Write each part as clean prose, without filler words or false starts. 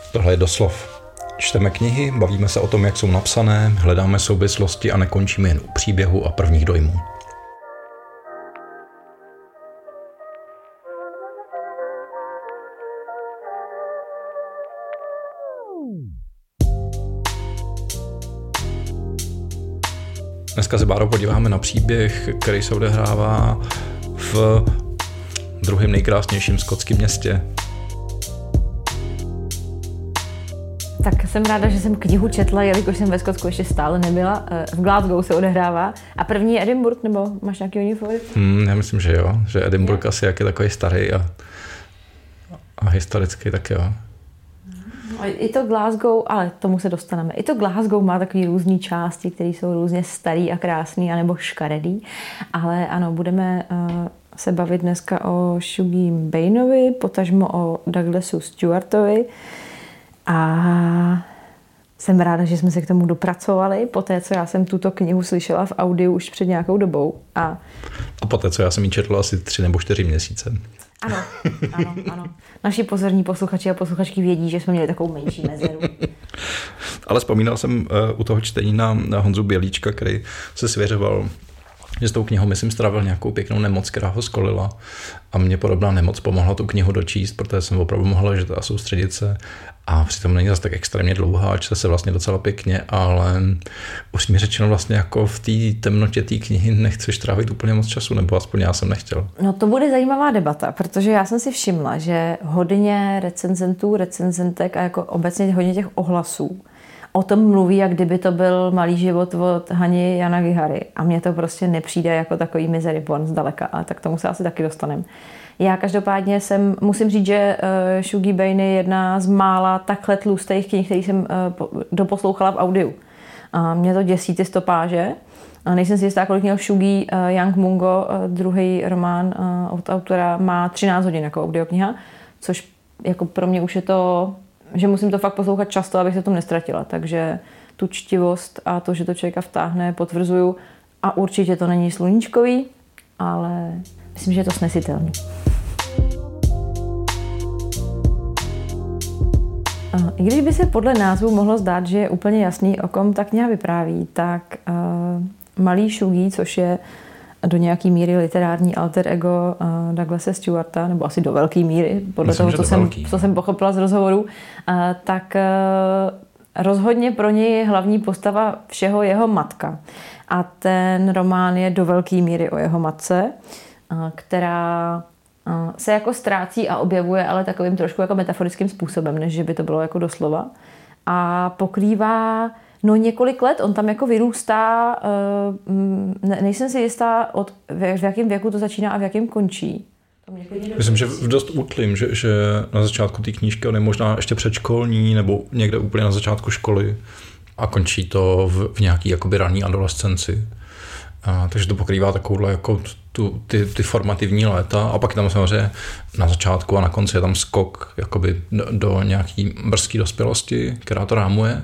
Tohle je doslov. Čteme knihy, bavíme se o tom, jak jsou napsané, hledáme souvislosti a nekončíme jen u příběhu a prvních dojmů. Dneska se, Báro, podíváme na příběh, který se odehrává v druhém nejkrásnějším skotském městě. Tak jsem ráda, že jsem knihu četla, jelikož jsem ve Skotsku ještě stále nebyla. V Glasgow se odehrává. A první je Edinburgh, nebo máš nějaký jiný favorit? Já myslím, že jo. Že Edinburgh asi jak je takový starý a historický tak jo. I to Glasgow, ale tomu se dostaneme. I to Glasgow má takový různý části, které jsou různě starý a krásný, anebo škaredý. Ale ano, budeme se bavit dneska o Shuggie Bainovi, potažmo o Douglasu Stuartovi. A jsem ráda, že jsme se k tomu dopracovali, poté, co já jsem tuto knihu slyšela v audiu už před nějakou dobou. A poté, co já jsem ji četla asi 3 nebo 4 měsíce. Ano. Naši pozorní posluchači a posluchačky vědí, že jsme měli takovou menší mezeru. Ale vzpomínal jsem u toho čtení na Honzu Bělíčka, který se svěřoval, že s tou knihou, myslím, strávil nějakou pěknou nemoc, která ho skolila. A mě podobná nemoc pomohla tu knihu dočíst, protože jsem opravdu mohl ležet a soustředit se. A přitom není zase tak extrémně dlouhá, čte se vlastně docela pěkně, ale už mi řečeno vlastně jako v té temnotě té knihy nechceš trávit úplně moc času, nebo aspoň já jsem nechtěl. No to bude zajímavá debata, protože já jsem si všimla, že hodně recenzentů, recenzentek a jako obecně hodně těch ohlasů o tom mluví, jak kdyby to byl Malý život od Hani Yanagihary. A mně to prostě nepřijde jako takový misery porn zdaleka, ale tak tomu se asi taky dostaneme. Já každopádně musím říct, že Shuggie Bain je jedna z mála takhle tlustých knih, který jsem doposlouchala v audiu. Mě to děsí ty stopáže. Nejsem si jistá, kolik měl Shuggie. Young Mungo, druhý román od autora, má 13 hodin jako audiokniha, což jako pro mě už je to, že musím to fakt poslouchat často, abych se tom nestratila. Takže tu čtivost a to, že to člověka vtáhne, potvrzuju. A určitě to není sluníčkový, ale myslím, že je to snesitelný. I když by se podle názvu mohlo zdát, že je úplně jasný, o kom ta kniha vypráví, tak malý Shuggie, což je do nějaký míry literární alter ego Douglase Stuarta, nebo asi do velké míry, podle myslím, toho, co jsem pochopila z rozhovoru, tak rozhodně pro něj je hlavní postava všeho jeho matka. A ten román je do velké míry o jeho matce, která se jako ztrácí a objevuje, ale takovým trošku jako metaforickým způsobem, než že by to bylo jako doslova. A pokrývá několik let, on tam jako vyrůstá, nejsem si jistá, v jakém věku to začíná a v jakém končí. Myslím, že v dost útlým, že na začátku té knížky on je možná ještě předškolní nebo někde úplně na začátku školy a končí to v nějaký jakoby raný adolescenci. Takže to pokrývá takovouhle jako ty formativní léta a pak tam samozřejmě na začátku a na konci je tam skok jakoby do nějaký brzký dospělosti, která to rámuje,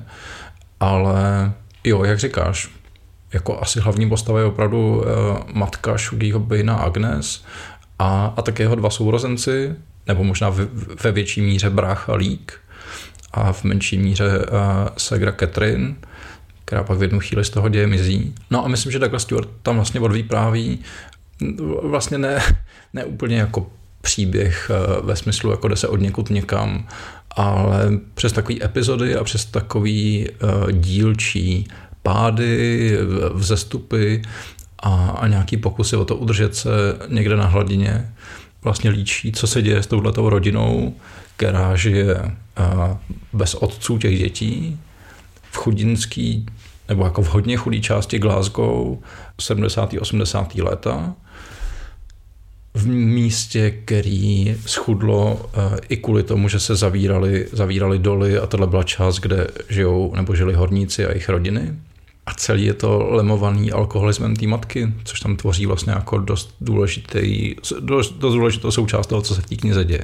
ale jo, jak říkáš, jako asi hlavní postava je opravdu matka Shuggieho Baina Agnes a také jeho 2 sourozenci, nebo možná ve větší míře brácha Leek a v menší míře ségra Catherine, která pak v jednu chvíli z toho děje mizí. No a myslím, že Douglas Stuart tam vlastně odvypráví vlastně ne úplně jako příběh ve smyslu, jako jde se od někud někam, ale přes takový epizody a přes takový dílčí pády, vzestupy a nějaký pokusy o to udržet se někde na hladině vlastně líčí, co se děje s touhletou rodinou, která žije bez otců těch dětí, v chudinský nebo jako v hodně chudé části Glasgow 70. 80. léta v místě, který schudlo i kvůli tomu, že se zavírali doly a tohle byla část, kde žijou nebo žili horníci a jejich rodiny. A celý je to lemovaný alkoholismem té matky, což tam tvoří vlastně jako dost důležitou součást toho, co se v té knize děje.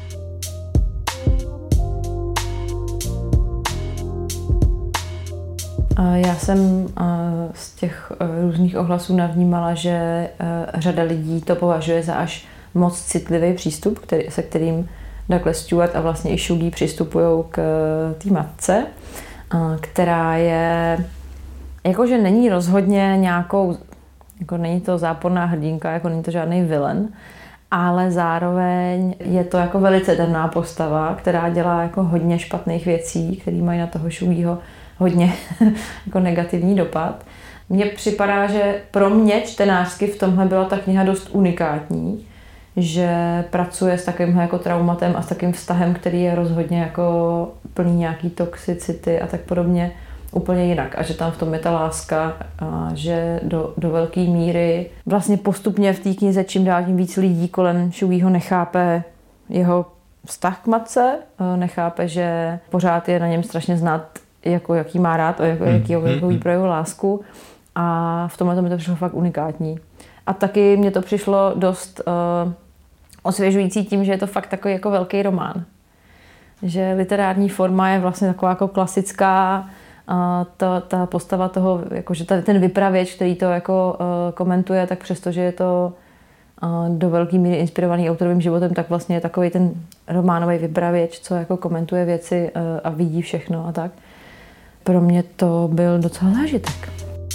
Já jsem z těch různých ohlasů navnímala, že řada lidí to považuje za až moc citlivý přístup, se kterým Douglas Stewart a vlastně i Shuggy přistupují k té matce, která je, jakože není rozhodně nějakou, jako není to záporná hrdinka, jako není to žádný vilen, ale zároveň je to jako velice temná postava, která dělá jako hodně špatných věcí, které mají na toho Shuggyho hodně jako negativní dopad. Mně připadá, že pro mě čtenářsky v tomhle byla ta kniha dost unikátní, že pracuje s takovým jako traumatem a s takým vztahem, který je rozhodně jako plný nějaký toxicity a tak podobně úplně jinak. A že tam v tom je ta láska a že do velké míry vlastně postupně v té knize čím dál tím víc lidí kolem Shuggyho nechápe jeho vztah k matce, nechápe, že pořád je na něm strašně znát, jako jaký má rád a jaký projevu lásku. A v tomhle to mi to přišlo fakt unikátní. A taky mě to přišlo dost osvěžující tím, že je to fakt takový jako velký román. Že literární forma je vlastně taková jako klasická, ta postava toho, jakože ten vypravěč, který to jako komentuje, tak přestože je to do velké míry inspirovaný autorovým životem, tak vlastně je takový ten románový vypravěč, co jako komentuje věci a vidí všechno a tak. Pro mě to byl docela zážitek.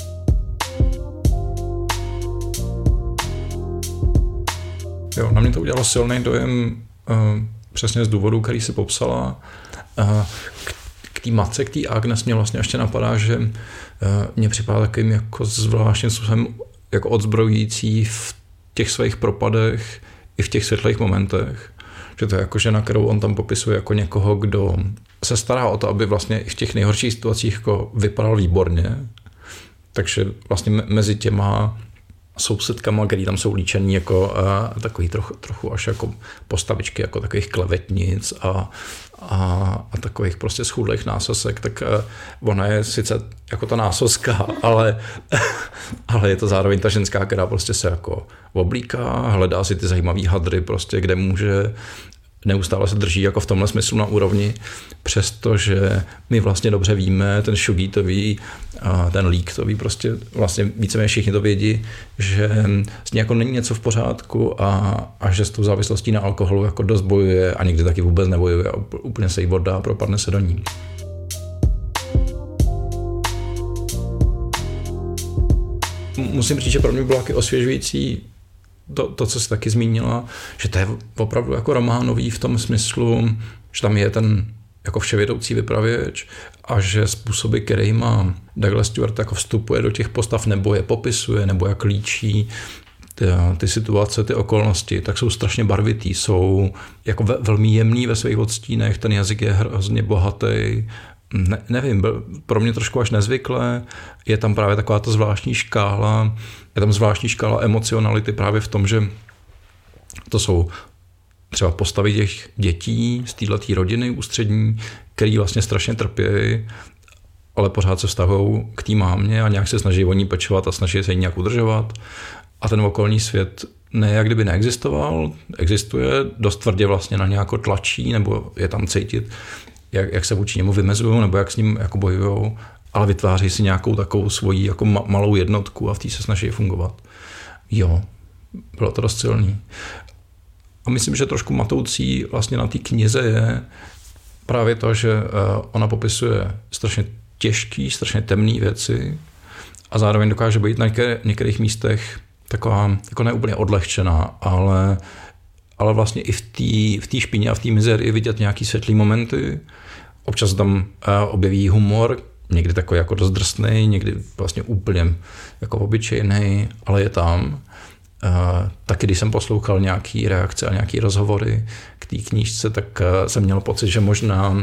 Jo, na mě to udělalo silný dojem přesně z důvodu, který si popsala. K té matce, k té Agnes mě vlastně ještě napadá, že mě připadá takovým jako zvláštním způsobem jako odzbrojující v těch svých propadech i v těch světlých momentech. Že to je jako žena, kterou on tam popisuje jako někoho, kdo se stará o to, aby vlastně i v těch nejhorších situacích jako vypadal výborně. Takže vlastně mezi těma sousedkama, který tam jsou líčený jako takový trochu až jako postavičky, jako takových klevetnic a takových prostě schudlých násosek, tak ona je sice jako ta násoska, ale je to zároveň ta ženská, která prostě se jako oblíká, hledá si ty zajímavý hadry prostě, kde může, neustále se drží jako v tomhle smyslu na úrovni, přestože my vlastně dobře víme, ten Shuggy to ví, ten Leek to ví, prostě vlastně víceméně všichni to vědí, že s ní jako není něco v pořádku a že s tou závislostí na alkoholu jako dost bojuje a někdy taky vůbec nebojuje a úplně se jí oddá a propadne se do ní. Musím říct, že pro mě bylo taky osvěžující to, co jsi taky zmínila, že to je opravdu jako románový v tom smyslu, že tam je ten jako vševědoucí vypravěč a že způsoby, kterýma Douglas Stewart jako vstupuje do těch postav nebo je popisuje, nebo jak líčí ty situace, ty okolnosti, tak jsou strašně barvitý, jsou jako velmi jemný ve svých odstínech, ten jazyk je hrozně bohatý, nevím, pro mě trošku až nezvyklé, je tam právě taková ta zvláštní škála, emocionality právě v tom, že to jsou třeba postavy těch dětí z této rodiny ústřední, který vlastně strašně trpějí, ale pořád se vztahují k té mámě a nějak se snaží o ní pečovat a snaží se ji nějak udržovat. A ten okolní svět ne jak kdyby neexistoval, existuje, dost tvrdě vlastně na nějako tlačí, nebo je tam cítit, jak se vůči němu vymezují, nebo jak s ním jako bojují, ale vytváří si nějakou takovou svoji jako malou jednotku a v té se snaží fungovat. Jo, bylo to dost silný. A myslím, že trošku matoucí vlastně na té knize je právě to, že ona popisuje strašně těžký, strašně temné věci a zároveň dokáže být na některých místech taková jako neúplně odlehčená, ale vlastně i v té špíně a v té mizerii vidět nějaký světlý momenty. Občas tam objeví humor, někdy takový jako dost drsnej, někdy vlastně úplně jako obyčejnej, ale je tam. Taky když jsem poslouchal nějaký reakce a nějaký rozhovory k té knížce, tak jsem měl pocit, že možná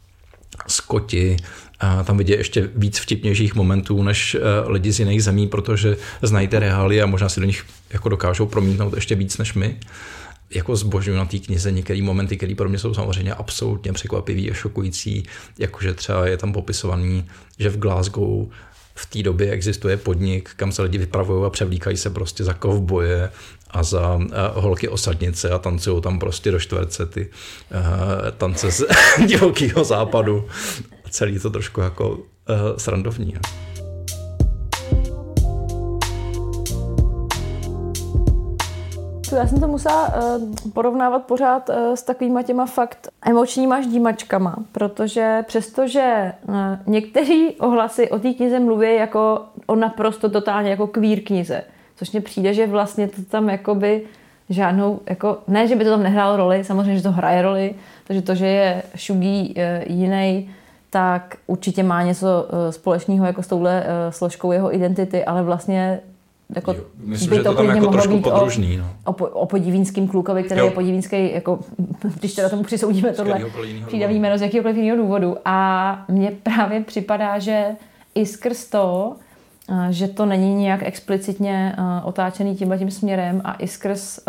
Skoti tam vidí ještě víc vtipnějších momentů než lidi z jiných zemí, protože znají ty reálie a možná si do nich jako dokážou promítnout ještě víc než my. Jako zbožňuji na té knize některé momenty, které pro mě jsou samozřejmě absolutně překvapivý a šokující, jakože třeba je tam popisovaný, že v Glasgow v té době existuje podnik, kam se lidi vypravují a převlíkají se prostě za kovboje a za holky osadnice a tancují tam prostě do čtverce ty tance z divokého západu. A celý to trošku jako srandovní. já jsem to musela porovnávat pořád s takovýma těma fakt emočníma ždímačkama, protože přestože některé ohlasy o té knize mluví jako o naprosto totálně jako queer knize, což mně přijde, že vlastně to tam jakoby žádnou, jako, ne, že by to tam nehrálo roli, samozřejmě, že to hraje roli, takže to, že je Shuggy jiný, tak určitě má něco společného jako s touhle složkou jeho identity, ale vlastně jako myslím, že to tam jako trošku podružný. No. O podivínským klukovi, který je podivínský, jako, když teda tomu přisoudíme tohle přídavný jméno z jakýhokoliv jiného důvodu. A mně právě připadá, že i skrz to, že to není nějak explicitně otáčený tímhletím směrem a i skrz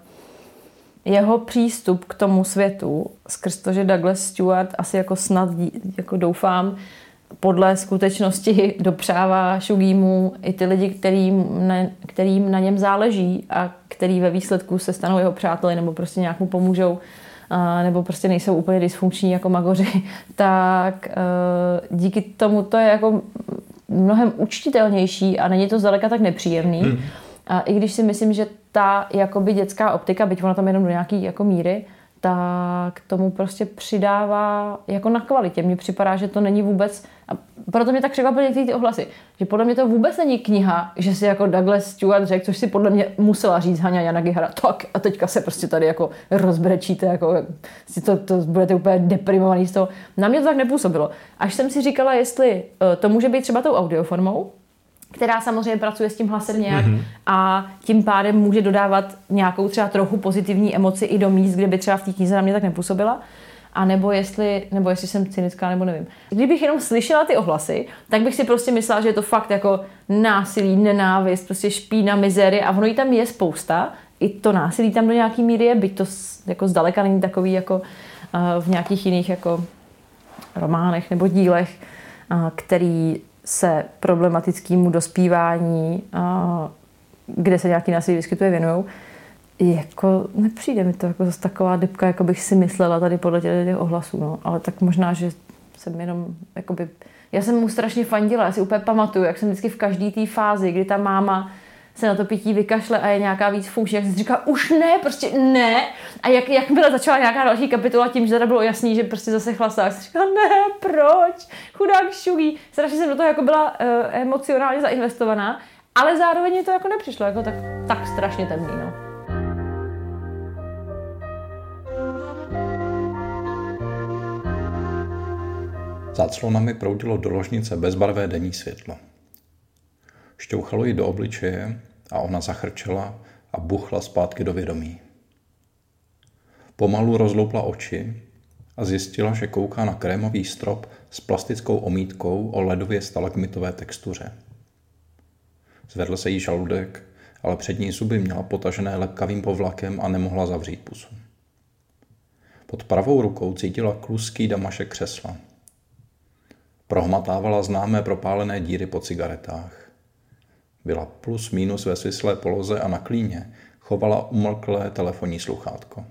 jeho přístup k tomu světu, skrz to, že Douglas Stewart asi jako snad, jako doufám, podle skutečnosti dopřává Shuggymu i ty lidi, kterým na něm záleží a který ve výsledku se stanou jeho přáteli nebo prostě nějak mu pomůžou nebo prostě nejsou úplně dysfunkční jako magoři, tak díky tomu to je jako mnohem učitelnější a není to zdaleka tak nepříjemný. A i když si myslím, že ta jakoby dětská optika, byť ona tam jenom do nějaký jako míry, tak tomu prostě přidává jako na kvalitě. Mně připadá, že to není vůbec, a proto mě tak překvapily některé ty ohlasy, že podle mě to vůbec není kniha, že si jako Douglas Stewart řekl, což si podle mě musela říct Hania Yanagihara, tak a teďka se prostě tady jako rozbrečíte, jako to budete úplně deprimovaný z toho. Na mě to tak nepůsobilo. Až jsem si říkala, jestli to může být třeba tou audioformou, která samozřejmě pracuje s tím hlasem nějak a tím pádem může dodávat nějakou třeba trochu pozitivní emoci i do míst, kde by třeba v té knize na mě tak nepůsobila. A nebo jestli jsem cynická, nebo nevím. Kdybych jenom slyšela ty ohlasy, tak bych si prostě myslela, že je to fakt jako násilí, nenávist, prostě špína, mizérie a ono jí tam je spousta. I to násilí tam do nějaký míry je, byť to jako zdaleka není takový jako v nějakých jiných jako románech nebo dílech, který se problematickému dospívání, kde se nějaký násilí vyskytuje, věnujou. Jako nepřijde mi to jako zase taková dybka, jako bych si myslela tady podle těch ohlasů, no. Ale tak možná, že jsem jenom, jakoby, já jsem mu strašně fandila, já si úplně pamatuju, jak jsem vždycky v každé té fázi, kdy ta máma se na to pití vykašle a je nějaká víc funkční, jak jsem si říkala, už ne, prostě ne. A jak byla začala nějaká další kapitola tím, že teda bylo jasný, že prostě zase chlastá, tak jsem si říkala, ne, proč? Chudák Shuggy. Strašně jsem do toho jako byla emocionálně zainvestovaná, ale zároveň mi to jako nepřišlo, jako tak strašně temný, no. Za clonami proudilo do ložnice bezbarvé denní světlo. Šťouchalo jí do obličeje a ona zachrčela a buchla zpátky do vědomí. Pomalu rozloupla oči a zjistila, že kouká na krémový strop s plastickou omítkou o ledově stalagmitové textuře. Zvedl se jí žaludek, ale přední zuby měla potažené lepkavým povlakem a nemohla zavřít pusu. Pod pravou rukou cítila kluský damašek křesla. Prohmatávala známé propálené díry po cigaretách. Byla plus minus ve svislé poloze a na klíně chovala umlklé telefonní sluchátko.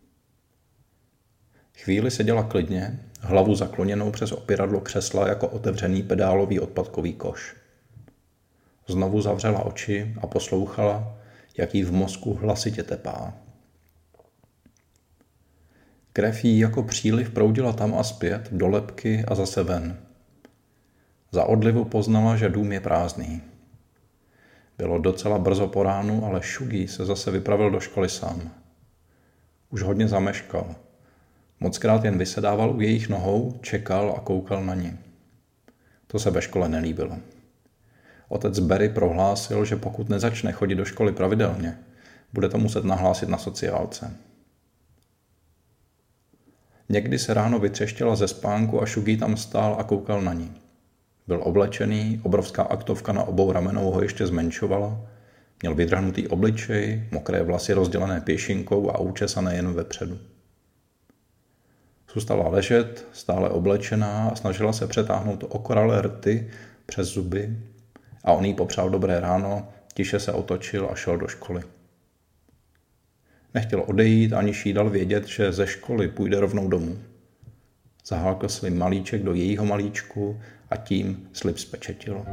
Chvíli seděla klidně, hlavu zakloněnou přes opěradlo křesla jako otevřený pedálový odpadkový koš. Znovu zavřela oči a poslouchala, jak jí v mozku hlasitě tepá. Krev jí jako příliv proudila tam a zpět, do lebky a zase ven. Za odlivu poznala, že dům je prázdný. Bylo docela brzo po ránu, ale Shuggy se zase vypravil do školy sám. Už hodně zameškal. Mockrát jen vysedával u jejich nohou, čekal a koukal na ni. To se ve škole nelíbilo. Otec Barry prohlásil, že pokud nezačne chodit do školy pravidelně, bude to muset nahlásit na sociálce. Někdy se ráno vytřeštěla ze spánku a Shuggy tam stál a koukal na ni. Byl oblečený, obrovská aktovka na obou ramenou ho ještě zmenšovala, měl vydrhnutý obličej, mokré vlasy rozdělené pěšinkou a učesané jen vepředu. Zůstala ležet, stále oblečená a snažila se přetáhnout okoralé rty přes zuby a on jí popřál dobré ráno, tiše se otočil a šel do školy. Nechtěl odejít, aniž jí dal vědět, že ze školy půjde rovnou domů. Zahákl svůj malíček do jejího malíčku a tím slib spečetil.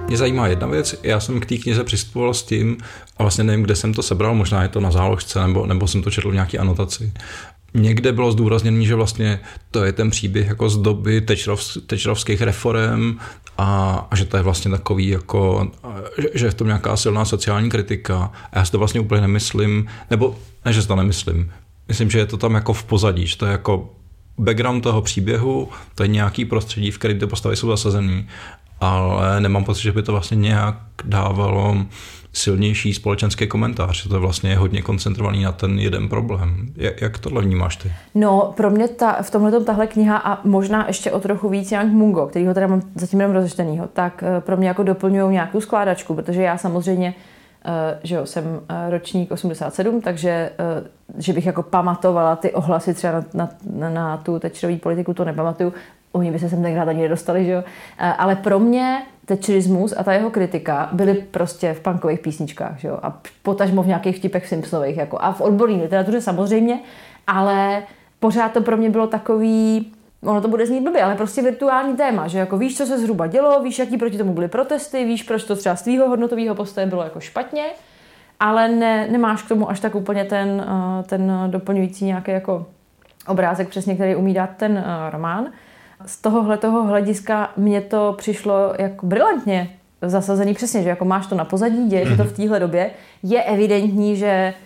Mě zajímá jedna věc, já jsem k té knize přistupoval s tím, a vlastně nevím, kde jsem to sebral, možná je to na záložce, nebo jsem to četl v nějaké anotaci. Někde bylo zdůrazněné, že vlastně to je ten příběh jako z doby tečerovských reforem a že to je vlastně takový jako, že je v tom nějaká silná sociální kritika. A já si to vlastně úplně nemyslím, nebo ne, že si to nemyslím. Myslím, že je to tam jako v pozadí, že to je jako background toho příběhu, to je nějaký prostředí, v kterém ty postavy jsou zasazený, ale nemám pocit, že by to vlastně nějak dávalo silnější společenský komentář. To je vlastně hodně koncentrovaný na ten jeden problém. Jak tohle vnímáš ty? No, pro mě v tomhletom tahle kniha a možná ještě o trochu víc Yang Mungo, kterýho teda mám zatím jenom rozečtenýho, tak pro mě jako doplňují nějakou skládačku, protože já samozřejmě že jo, jsem ročník 87, takže že bych jako pamatovala ty ohlasy třeba na tu Thatcherovou politiku, to nepamatuju. Oni by se sem tenkrát ani nedostali, že jo. Ale pro mě Thatcherismus a ta jeho kritika byly prostě v punkových písničkách, že jo. A potažmo v nějakých vtipech Simpsonových, jako. A v odborné literatuře samozřejmě, ale pořád to pro mě bylo takový, ono to bude znít blbě, ale prostě virtuální téma, že jako víš, co se zhruba dělo, víš, jaký proti tomu byly protesty, víš, proč to třeba z tvýho hodnotového postoje bylo jako špatně, ale nemáš k tomu až tak úplně ten doplňující nějaký jako obrázek přesně, který umí dát ten román. Z tohohletoho hlediska mně to přišlo jako brilantně zasazený přesně, že jako máš to na pozadí, děje se to v téhle době, je evidentní, že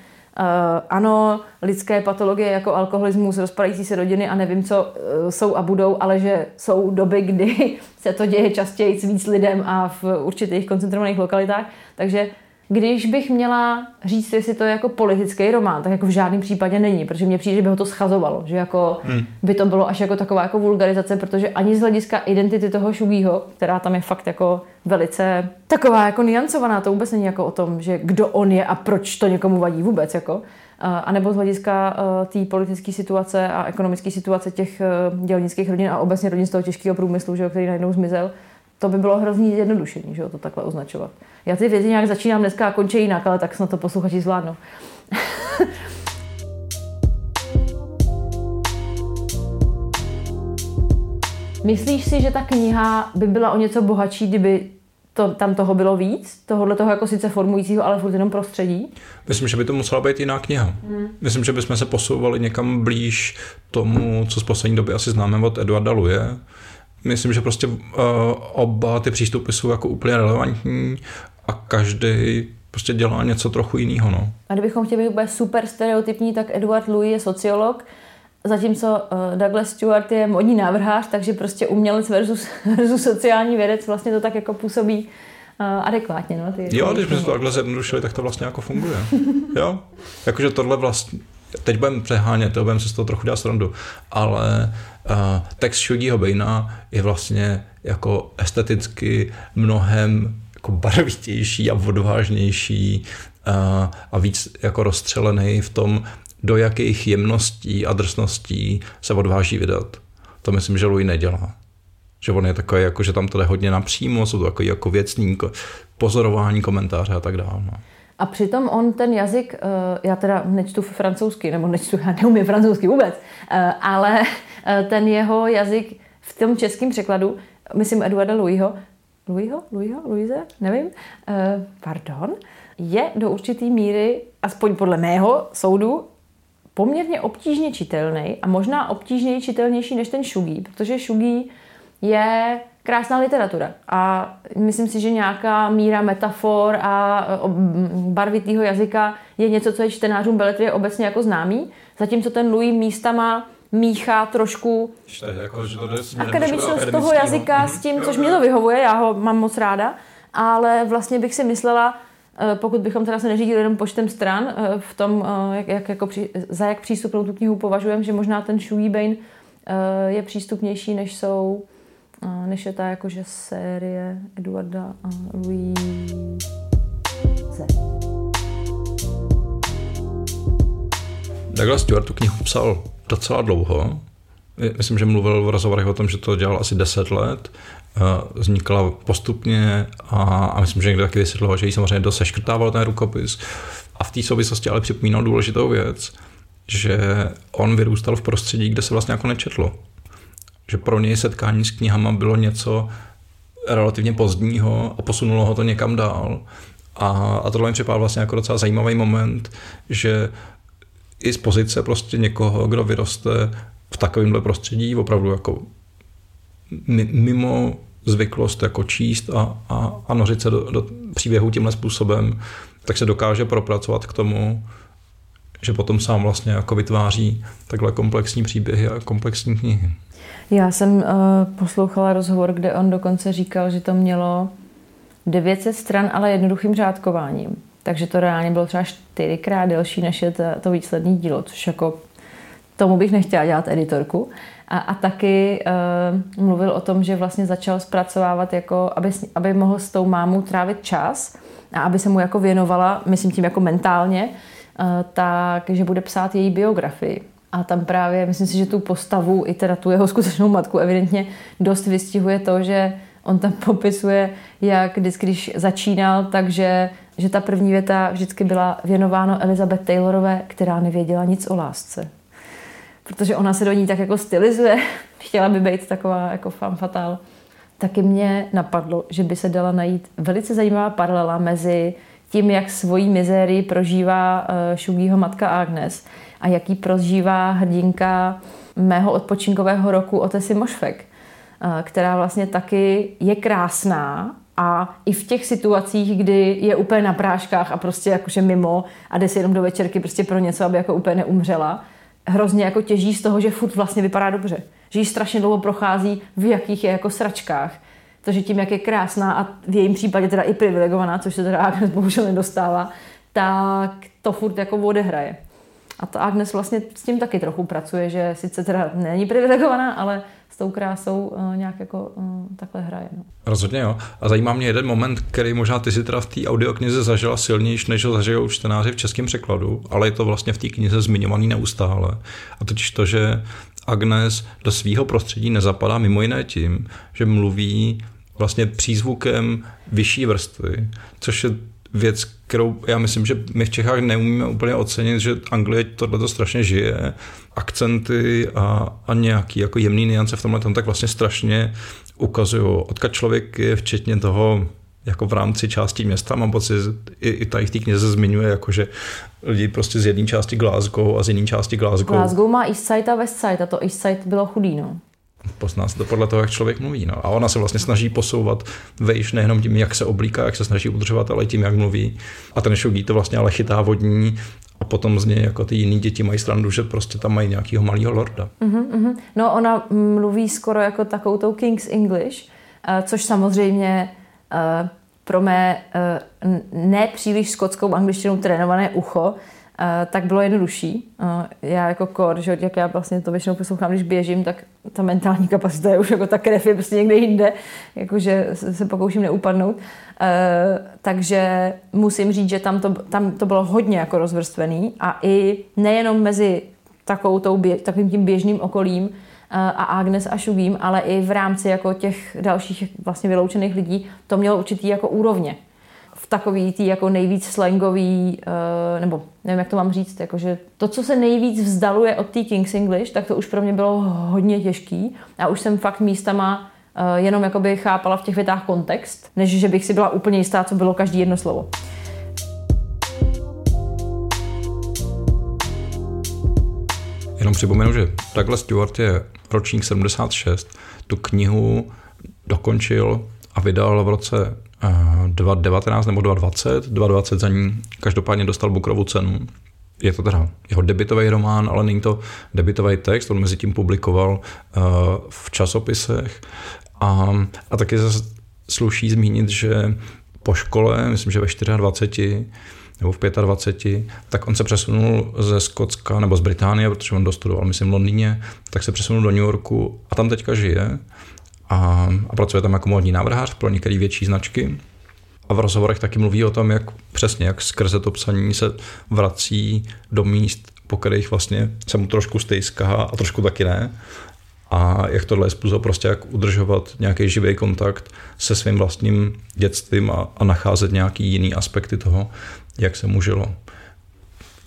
ano, lidské patologie jako alkoholismus, rozpadající se rodiny a nevím, co jsou a budou, ale že jsou doby, kdy se to děje častěji s víc lidem a v určitých koncentrovaných lokalitách. Takže když bych měla říct, jestli to je jako politický román, tak jako v žádném případě není, protože mně přijde, že by ho to schazovalo, že jako by to bylo až jako taková jako vulgarizace, protože ani z hlediska identity toho Shuggyho, která tam je fakt jako velice taková jako niancovaná, to vůbec není jako o tom, že kdo on je a proč to někomu vadí vůbec, jako. A nebo z hlediska té politické situace a ekonomické situace těch dělnických rodin a obecně rodin z toho těžkého průmyslu, že, který najednou zmizel, to by bylo hrozně jednodušený, že to takhle označovat. Já ty věci nějak začínám dneska a končí jinak, ale tak snad to posluchači zvládnou. Myslíš si, že ta kniha by byla o něco bohatší, kdyby tam toho bylo víc? Tohohle toho jako sice formujícího, ale furt jenom prostředí? Myslím, že by to musela být jiná kniha. Myslím, že bychom se posouvali někam blíž tomu, co z poslední doby asi známe od Eduarda Louise. Myslím, že prostě oba ty přístupy jsou jako úplně relevantní a každý prostě dělá něco trochu jiného. No. A kdybychom chtěli být úplně super stereotypní, tak Eduard Louis je sociolog, zatímco Douglas Stewart je modní návrhář, takže prostě umělec versus sociální vědec vlastně to tak jako působí adekvátně. No, jo, když jsme to takhle zjednodušili, tak to vlastně jako funguje. Jo, jakože tohle vlastně, teď budeme přehánět, budeme si z toho trochu dělat srandu, ale text Shuggyho Baina je vlastně jako esteticky mnohem jako barvitější a odvážnější a víc jako rozstřelený v tom, do jakých jemností a drsností se odváží vydat. To myslím, že Louis nedělá. Že on je takový, jako, že tam to jde hodně napřímo, jsou to takový jako věcný pozorování, komentáře a tak dále. No. A přitom on ten jazyk, já teda nečtu francouzsky, nebo nečtu, já neumím francouzsky vůbec, ale ten jeho jazyk v tom českém překladu, myslím Eduarda Louise, nevím, pardon, je do určitý míry, aspoň podle mého soudu, poměrně obtížně čitelný a možná obtížněji čitelnější než ten Shuggy, protože Shuggy je krásná literatura a myslím si, že nějaká míra metafor a barvitýho jazyka je něco, co je čtenářům beletrie obecně jako známý, zatímco ten Louis místama míchá trošku akademičnost toho jazyka s tím, což mě to vyhovuje, já ho mám moc ráda, ale vlastně bych si myslela, pokud bychom teda se neřídili jenom počtem stran v tom, za jak přístupnou tu knihu považujeme, že možná ten Shuggy Bain je přístupnější, než je ta jakože série Eduarda Louise. Douglas Stewart tu knihu psal docela dlouho. Myslím, že mluvil v rozhovorech o tom, že to dělal asi 10 let. Vznikla postupně a myslím, že někdo taky vysvětloval, že jí samozřejmě dost seškrtával ten rukopis. A v té souvislosti ale připomínal důležitou věc, že on vyrůstal v prostředí, kde se vlastně jako nečetlo. Že pro něj setkání s knihama bylo něco relativně pozdního a posunulo ho to někam dál. A tohle mi připadá vlastně jako docela zajímavý moment, že i z pozice prostě někoho, kdo vyroste v takovémhle prostředí, opravdu jako mimo zvyklost jako číst a nořit se do příběhu tímhle způsobem, tak se dokáže propracovat k tomu, že potom sám vlastně jako vytváří takhle komplexní příběhy a komplexní knihy. Já jsem poslouchala rozhovor, kde on dokonce říkal, že to mělo 900 stran, ale jednoduchým řádkováním. Takže to reálně bylo třeba 4krát delší, než je to výsledné dílo, což jako tomu bych nechtěla dělat editorku. A taky mluvil o tom, že vlastně začal zpracovávat, jako, aby mohl s tou mámou trávit čas a aby se mu jako věnovala, myslím tím jako mentálně, takže bude psát její biografii. A tam právě, myslím si, že tu postavu i teda tu jeho skutečnou matku evidentně dost vystihuje to, že on tam popisuje, jak vždycky, když začínal, takže že ta první věta vždycky byla věnováno Elizabeth Taylorové, která nevěděla nic o lásce. Protože ona se do ní tak jako stylizuje, chtěla by být taková jako femme fatale. Taky mě napadlo, že by se dala najít velice zajímavá paralela mezi tím, jak svoji mizérii prožívá Shuggyho matka Agnes a jaký prožívá hrdinka mého odpočinkového roku Otesy Mošfek, která vlastně taky je krásná a i v těch situacích, kdy je úplně na práškách a prostě jakože mimo a jde si jenom do večerky prostě pro něco, aby jako úplně neumřela, hrozně jako těží z toho, že furt vlastně vypadá dobře. Že jí strašně dlouho prochází, v jakých je jako sračkách. Takže tím, jak je krásná a v jejím případě teda i privilegovaná, což se teda Agnes bohužel nedostává, tak to furt jako odehraje. A ta Agnes vlastně s tím taky trochu pracuje, že sice teda není privilegovaná, ale s tou krásou nějak jako takhle hraje. No. Rozhodně jo. A zajímá mě jeden moment, který možná ty si teda v té audioknize zažila silnější, než ho zažijou čtenáři v českém překladu, ale je to vlastně v té knize zmiňovaný neustále. A totiž to, že Agnes do svého prostředí nezapadá mimo jiné tím, že mluví vlastně přízvukem vyšší vrstvy, což je věc, kterou já myslím, že my v Čechách neumíme úplně ocenit, že Anglie tohleto strašně žije. Akcenty a nějaký jako jemný nuance v tomhle tak vlastně strašně ukazují, odkud člověk je, včetně toho jako v rámci části města. Mám pocit, i tady v té knize zmiňuje, jako, že lidi prostě z jedné části Glasgow a z jiné části Glasgow. Glasgow má East Side a West Side a to East Side bylo chudý, no. Pozná se to podle toho, jak člověk mluví. No. A ona se vlastně snaží posouvat vejš nejenom tím, jak se oblíká, jak se snaží udržovat, ale i tím, jak mluví. A ten Shuggy to vlastně ale chytá vodní a potom z něj jako ty jiný děti mají srandu, že prostě tam mají nějakýho malýho lorda. No ona mluví skoro jako takovou tou King's English, což samozřejmě pro mé nepříliš skotskou angličtinou trénované ucho tak bylo jednodušší. Já jako kor, že jak já vlastně to většinou poslouchám, když běžím, tak ta mentální kapacita je už jako ta krev je prostě někde jinde, jakože se pokouším neupadnout. Takže musím říct, že tam to bylo hodně jako rozvrstvený a i nejenom mezi takovým tím běžným okolím a Agnes a Shuggym, ale i v rámci jako těch dalších vlastně vyloučených lidí to mělo určitý jako úrovně. V takový tý jako nejvíc slangový, nebo nevím, jak to mám říct, jakože to, co se nejvíc vzdaluje od té King's English, tak to už pro mě bylo hodně těžký a už jsem fakt místama jenom jakoby chápala v těch větách kontext, než že bych si byla úplně jistá, co bylo každý jedno slovo. Jenom připomenu, že Douglas Stewart je ročník 76, tu knihu dokončil a vydal v roce 2019 nebo 2020 za ní každopádně dostal Bookerovu cenu. Je to teda jeho debutový román, ale není to debutový text, on mezi tím publikoval v časopisech a taky zase sluší zmínit, že po škole, myslím, že ve 24 nebo v 25, tak on se přesunul ze Skotska nebo z Británie, protože on dostudoval, myslím, v Londýně, tak se přesunul do New Yorku a tam teďka žije. A pracuje tam jako módní návrhář pro některé větší značky. A v rozhovorech taky mluví o tom, jak přesně, jak skrze to psaní se vrací do míst, po kterých vlastně se mu trošku stejská a trošku taky ne. A jak tohle je způsob prostě, jak udržovat nějaký živý kontakt se svým vlastním dětstvím a nacházet nějaký jiný aspekty toho, jak se mu žilo.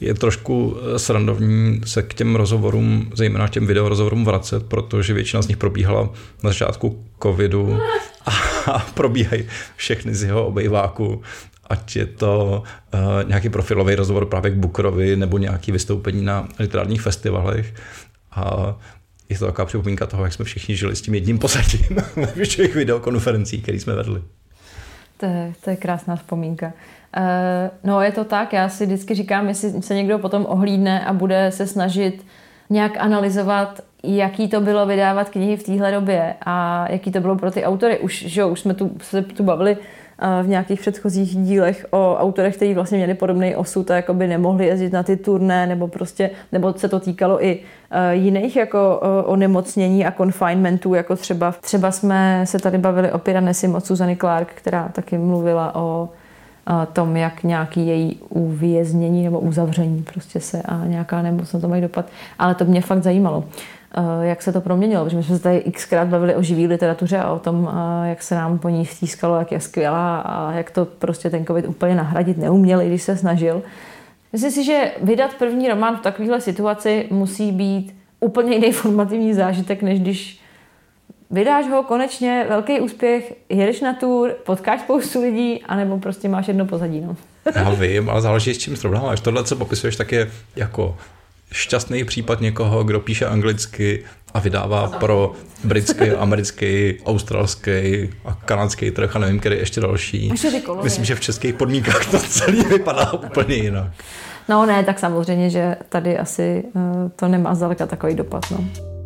je trošku srandovní se k těm rozhovorům, zejména těm videorozhovorům vracet, protože většina z nich probíhala na začátku covidu a probíhají všechny z jeho obejváku, ať je to nějaký profilový rozhovor právě k Bookerovi nebo nějaký vystoupení na literárních festivalech. A je to taková připomínka toho, jak jsme všichni žili s tím jedním pozadím ve všech videokonferencích, které jsme vedli. To je krásná vzpomínka. No je to tak, já si vždycky říkám, jestli se někdo potom ohlídne a bude se snažit nějak analyzovat, jaký to bylo vydávat knihy v téhle době a jaký to bylo pro ty autory. Už jsme se tu bavili v nějakých předchozích dílech o autorech, kteří vlastně měli podobný osud a jakoby nemohli jezdit na ty turné, nebo se to týkalo i jiných jako onemocnění a confinementů, jako třeba jsme se tady bavili o Piranesi od Susanny Clark, která taky mluvila o tom, jak nějaký její uvěznění nebo uzavření prostě se a nějaká nemoc na to mají dopad. Ale to mě fakt zajímalo, jak se to proměnilo, protože my jsme se tady xkrát bavili o živý literatuře a o tom, jak se nám po ní stískalo, jak je skvělá a jak to prostě ten covid úplně nahradit neuměl, i když se snažil. Myslím si, že vydat první román v takovéhle situaci musí být úplně jiný formativní zážitek, než když vydáš ho, konečně, velký úspěch, jedeš na tour, potkáš spoustu lidí, anebo prostě máš jedno pozadí. No. Já vím, ale záleží, s čím srovnáváš. Tohle, co popisuješ, tak je jako šťastný případ někoho, kdo píše anglicky a vydává pro britský, americký, australský a kanadský trh a nevím, který ještě další. Myslím, že v českých podmínkách to celý vypadá úplně jinak. No ne, tak samozřejmě, že tady asi to nemá zdaleka takový dopad. No.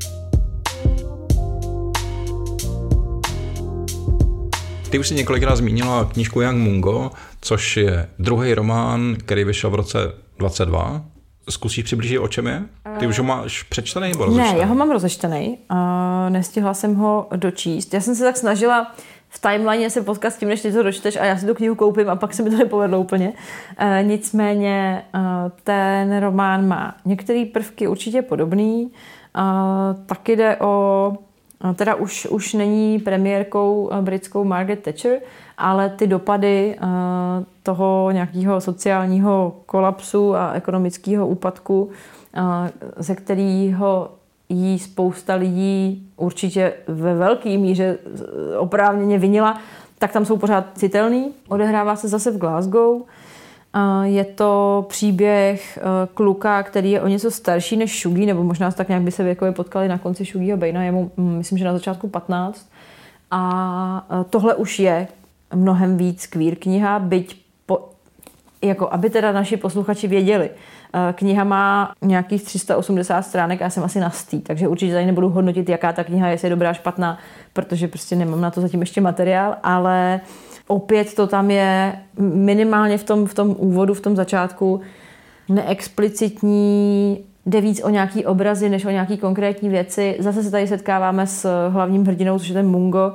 Ty už si několikrát zmínila knížku Young Mungo, což je druhý román, který vyšel v roce 2022. Zkusíš přiblížit, o čem je? Ty už ho máš přečtený nebo rozečtený? Ne, já ho mám rozečtený. Nestihla jsem ho dočíst. Já jsem se tak snažila v timeline se potkat s tím, než ty to dočteš a já si tu knihu koupím a pak se mi to nepovedlo úplně. Nicméně ten román má některé prvky určitě podobný. Tak jde o... Teda už není premiérkou britskou Margaret Thatcher, ale ty dopady toho nějakého sociálního kolapsu a ekonomického úpadku, ze kterého jí spousta lidí určitě ve velké míře oprávněně vinila, tak tam jsou pořád citelný. Odehrává se zase v Glasgow. Je to příběh kluka, který je o něco starší než Shuggy, nebo možná tak nějak by se věkově potkali na konci Shuggyho Baina, je mu, myslím, že na začátku 15. A tohle už je mnohem víc queer kniha, byť jako aby teda naši posluchači věděli. Kniha má nějakých 380 stránek a já jsem asi na 100, takže určitě tady nebudu hodnotit, jaká ta kniha je, jestli je dobrá, špatná, protože prostě nemám na to zatím ještě materiál, ale opět to tam je minimálně v tom úvodu, v tom začátku neexplicitní, jde víc o nějaký obrazy, než o nějaký konkrétní věci. Zase se tady setkáváme s hlavním hrdinou, což je ten Mungo,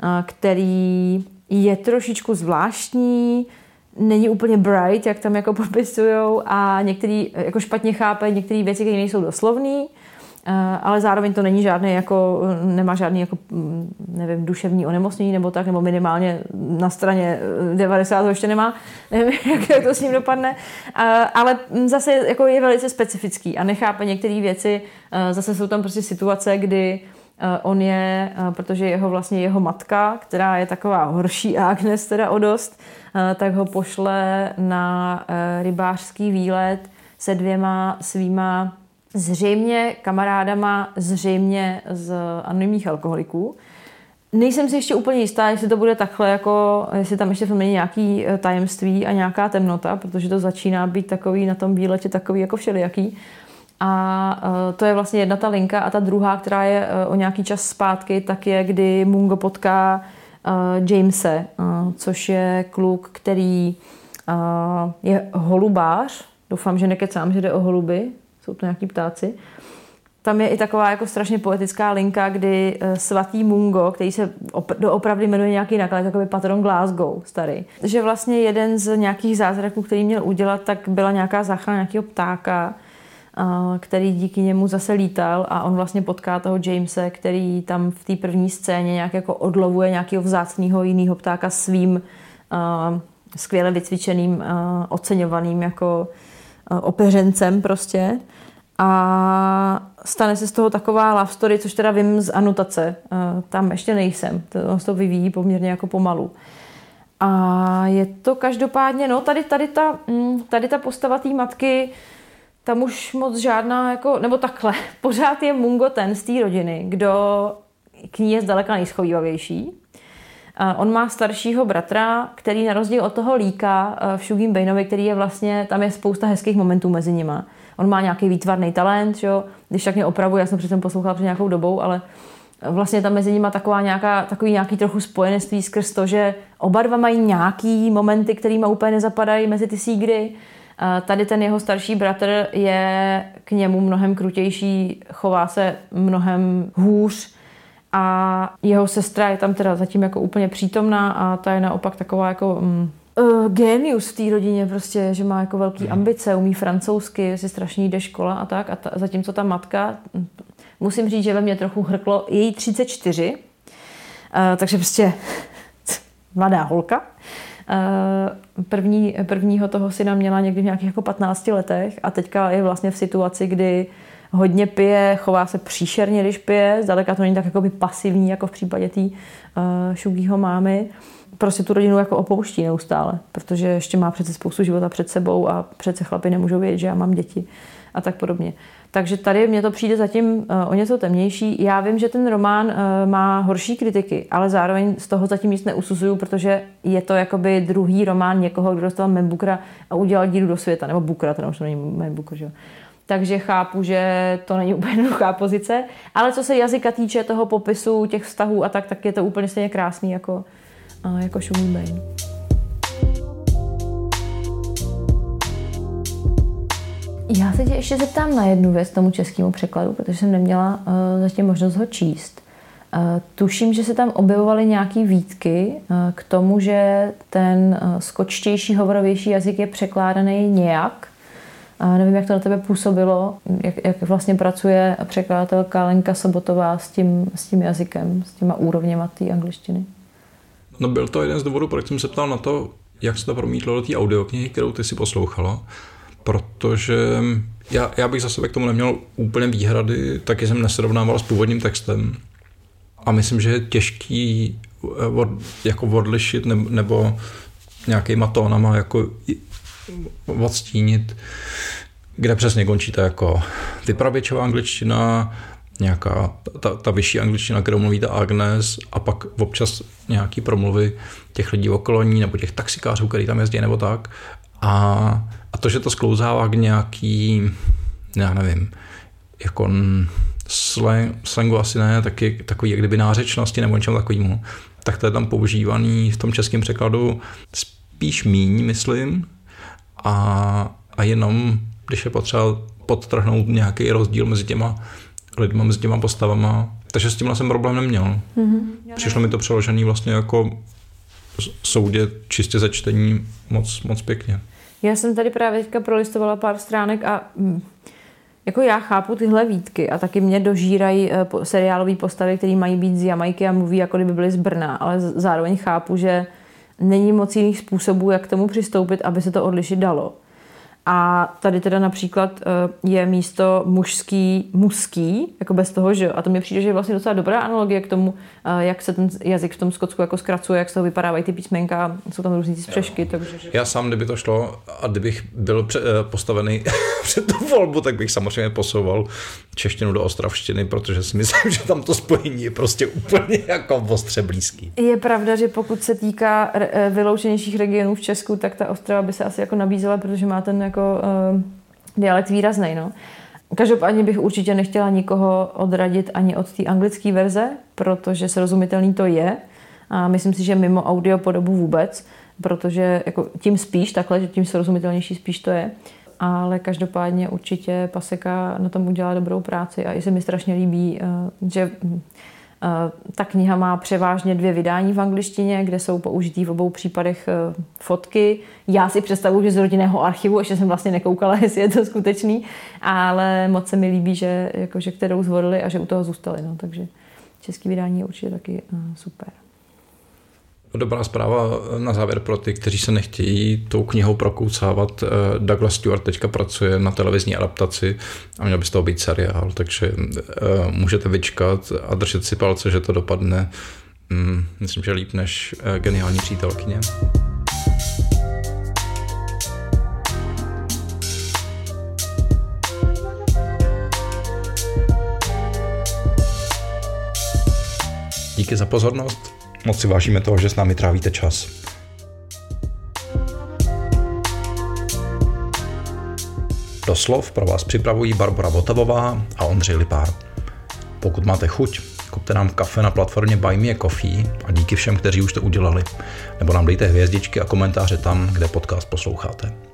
který je trošičku zvláštní, není úplně bright, jak tam jako popisujou a některý jako špatně chápe některé věci, které nejsou doslovný, ale zároveň to není žádný jako, nemá žádný jako, nevím, duševní onemocnění nebo tak, nebo minimálně na straně 90 ještě nemá, nevím, jak to s ním dopadne, ale zase jako je velice specifický a nechápe některé věci, zase jsou tam prostě situace, kdy on je, protože jeho matka, která je taková horší Agnes teda o dost, tak ho pošle na rybářský výlet se 2 svýma zřejmě kamarádama, zřejmě z anonymních alkoholiků. Nejsem si ještě úplně jistá, jestli to bude takhle, jako, jestli tam ještě není nějaký tajemství a nějaká temnota, protože to začíná být takový na tom výletě takový jako všelijaký. A to je vlastně jedna ta linka a ta druhá, která je o nějaký čas zpátky, tak je, kdy Mungo potká Jamese, což je kluk, který je holubář. Doufám, že nekecám, že jde o holuby. Jsou to nějaký ptáci. Tam je i taková jako strašně poetická linka, kdy svatý Mungo, který se doopravdy jmenuje nějaký naklad, takový patron Glasgow starý. Že vlastně jeden z nějakých zázraků, který měl udělat, tak byla nějaká záchrana nějakého ptáka, který díky němu zase lítal a on vlastně potká toho Jamese, který tam v té první scéně nějak jako odlovuje nějakého vzácného jiného ptáka svým skvěle vycvičeným, oceňovaným jako opeřencem prostě. A stane se z toho taková love story, což teda vím z anotace. Tam ještě nejsem. To vyvíjí poměrně jako pomalu. A je to každopádně, no tady ta postava té matky, tam už moc žádná, jako, nebo takhle, pořád je Mungo ten z té rodiny, kdo k ní je zdaleka nejschovývavější. On má staršího bratra, který na rozdíl od toho líka v Shugim Bainovi, který je vlastně, tam je spousta hezkých momentů mezi nima. On má nějaký výtvarný talent, jo? Když tak mě opravuje, já jsem předtím poslouchala před nějakou dobou, ale vlastně tam mezi nimi takový nějaký trochu spojenectví skrz to, že oba dva mají nějaký momenty, kterýma úplně nezapadají mezi ty sígry. Tady ten jeho starší bratr je k němu mnohem krutější, chová se mnohem hůř a jeho sestra je tam teda zatím jako úplně přítomná a ta je naopak taková jako génius v té rodině prostě, že má jako velký ambice, umí francouzsky, si strašně jde škola a tak. Zatímco ta matka, musím říct, že ve mně trochu hrklo, je jí 34, takže prostě mladá holka. Prvního toho syna měla někdy v nějakých jako 15 letech a teďka je vlastně v situaci, kdy hodně pije, chová se příšerně, když pije, zdaleka to není tak jako by pasivní, jako v případě té Shugího mámy. Prostě tu rodinu jako opouští neustále, protože ještě má přece spoustu života před sebou a přece chlapi nemůžou vědět, že já mám děti a tak podobně. Takže tady mně to přijde zatím o něco temnější. Já vím, že ten román má horší kritiky, ale zároveň z toho zatím nic neusuzuju, protože je to jakoby druhý román někoho, kdo dostal Man Bookera a udělal díru do světa, nebo Bookera, to už to není Man Booker, že jo. Takže chápu, že to není úplně jednoduchá pozice, ale co se jazyka týče toho popisu těch vztahů a tak je to úplně stejně krásný jako Shugim Bain. Já se tě ještě zeptám na jednu věc tomu českému překladu, protože jsem neměla zatím možnost ho číst. Tuším, že se tam objevovaly nějaké výtky k tomu, že ten skočtější, hovorovější jazyk je překládaný nějak. Nevím, jak to na tebe působilo, jak vlastně pracuje překladatelka Lenka Sobotová s tím jazykem, s těma úrovněma té angličtiny. No byl to jeden z důvodů, proč jsem se ptal na to, jak se to promítlo do té audioknihy, kterou ty si poslouchala. Protože já bych za sebe k tomu neměl úplně výhrady, taky jsem nesrovnával s původním textem. A myslím, že je těžký jako odlišit nebo nějakýma tónama jako odstínit, kde přesně končí ta jako vypravěčová angličtina, nějaká ta vyšší angličtina, kterou mluví ta Agnes, a pak občas nějaký promluvy těch lidí okolo ní nebo těch taxikářů, který tam jezdí nebo tak. A to, že to sklouzává k nějaký, já nevím, jako slangu asi ne, taky takový jak kdyby nářečnosti nebo něčemu takovému, tak to je tam používaný v tom českém překladu spíš míň, myslím, a jenom, když je potřeba podtrhnout nějaký rozdíl mezi těma lidma, mezi těma postavama. Takže s tímhle jsem problém neměl. Mm-hmm. Přišlo mi to přeložený vlastně jako soudě čistě ze čtení moc pěkně. Já jsem tady právě teďka prolistovala pár stránek a jako já chápu tyhle výtky a taky mě dožírají seriálové postavy, které mají být z Jamajky a mluví, jako kdyby byly z Brna, ale zároveň chápu, že není moc jiných způsobů, jak k tomu přistoupit, aby se to odlišit dalo. A tady teda například je místo mužský, jako bez toho, že jo. A to mi přijde, že je vlastně docela dobrá analogie k tomu, jak se ten jazyk v tom Skotsku jako zkracuje, jak se ho vypadávají ty písmenka, jsou tam různý ty spřešky. Takže... Já sám, kdyby to šlo a kdybych byl postavený před tu volbu, tak bych samozřejmě posouval češtinu do ostravštiny, protože si myslím, že tam to spojení je prostě úplně jako ostře blízký. Je pravda, že pokud se týká vyloučenějších regionů v Česku, tak ta Ostrava by se asi jako nabízela, protože má ten jako dialekt výraznej, no. Každopádně bych určitě nechtěla nikoho odradit ani od té anglické verze, protože srozumitelný to je. A myslím si, že mimo audio podobu vůbec, protože jako tím spíš takhle, že tím srozumitelnější spíš to je. Ale každopádně určitě Paseka na tom udělá dobrou práci a i se mi strašně líbí, že ta kniha má převážně 2 vydání v angličtině, kde jsou použitý v obou případech fotky. Já si představuji, že z rodinného archivu, ještě jsem vlastně nekoukala, jestli je to skutečný, ale moc se mi líbí, že kterou zvolili a že u toho zůstali. No. Takže český vydání je určitě taky super. Dobrá zpráva na závěr pro ty, kteří se nechtějí tou knihou prokoucávat. Douglas Stewart teďka pracuje na televizní adaptaci a měl by z toho být seriál, takže můžete vyčkat a držet si palce, že to dopadne, myslím, že líp než Geniální přítelkyně. Díky za pozornost. Moc si vážíme toho, že s námi trávíte čas. Doslov pro vás připravují Barbora Votavová a Ondřej Lipár. Pokud máte chuť, kupte nám kafe na platformě Buy Me a Coffee a díky všem, kteří už to udělali. Nebo nám dejte hvězdičky a komentáře tam, kde podcast posloucháte.